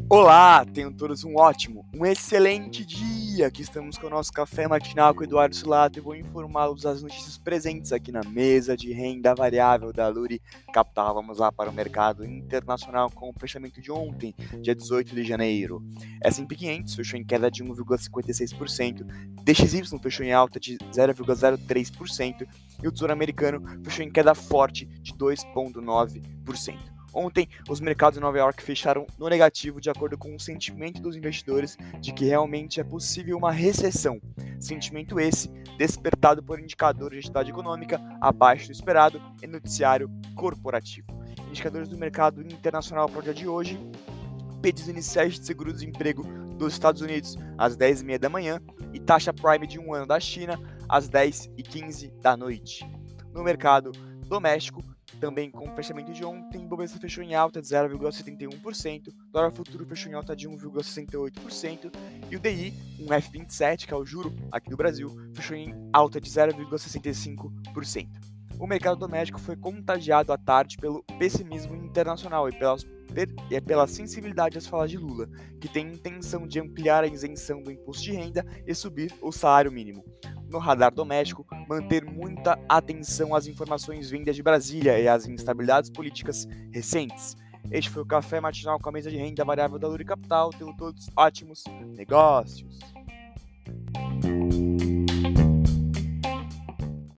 Olá, tenham todos um ótimo, um excelente dia! Aqui estamos com o nosso café matinal com o Eduardo Sulato e vou informá-los das notícias presentes aqui na mesa de renda variável da Luri Capital. Vamos lá para o mercado internacional com o fechamento de ontem, dia 18 de janeiro. S&P 500 fechou em queda de 1,56%, DXY fechou em alta de 0,03% e o Tesouro Americano fechou em queda forte de 2,9%. Ontem, os mercados em Nova York fecharam no negativo de acordo com o sentimento dos investidores de que realmente é possível uma recessão. Sentimento esse despertado por indicadores de atividade econômica abaixo do esperado e noticiário corporativo. Indicadores do mercado internacional para o dia de hoje: pedidos iniciais de seguro-desemprego dos Estados Unidos às 10h30 da manhã e taxa Prime de 1 ano da China às 10h15 da noite. No mercado doméstico, também com o fechamento de ontem, o Bovespa fechou em alta de 0,71%, dólar futuro fechou em alta de 1,68% e o DI, um F27, que é o juro aqui do Brasil, fechou em alta de 0,65%. O mercado doméstico foi contagiado à tarde pelo pessimismo internacional e pela sensibilidade às falas de Lula, que tem intenção de ampliar a isenção do imposto de renda e subir o salário mínimo. No radar doméstico, manter muita atenção às informações vindas de Brasília e às instabilidades políticas recentes. Este foi o Café Matinal com a mesa de renda variável da Luri Capital. Tenham todos ótimos negócios!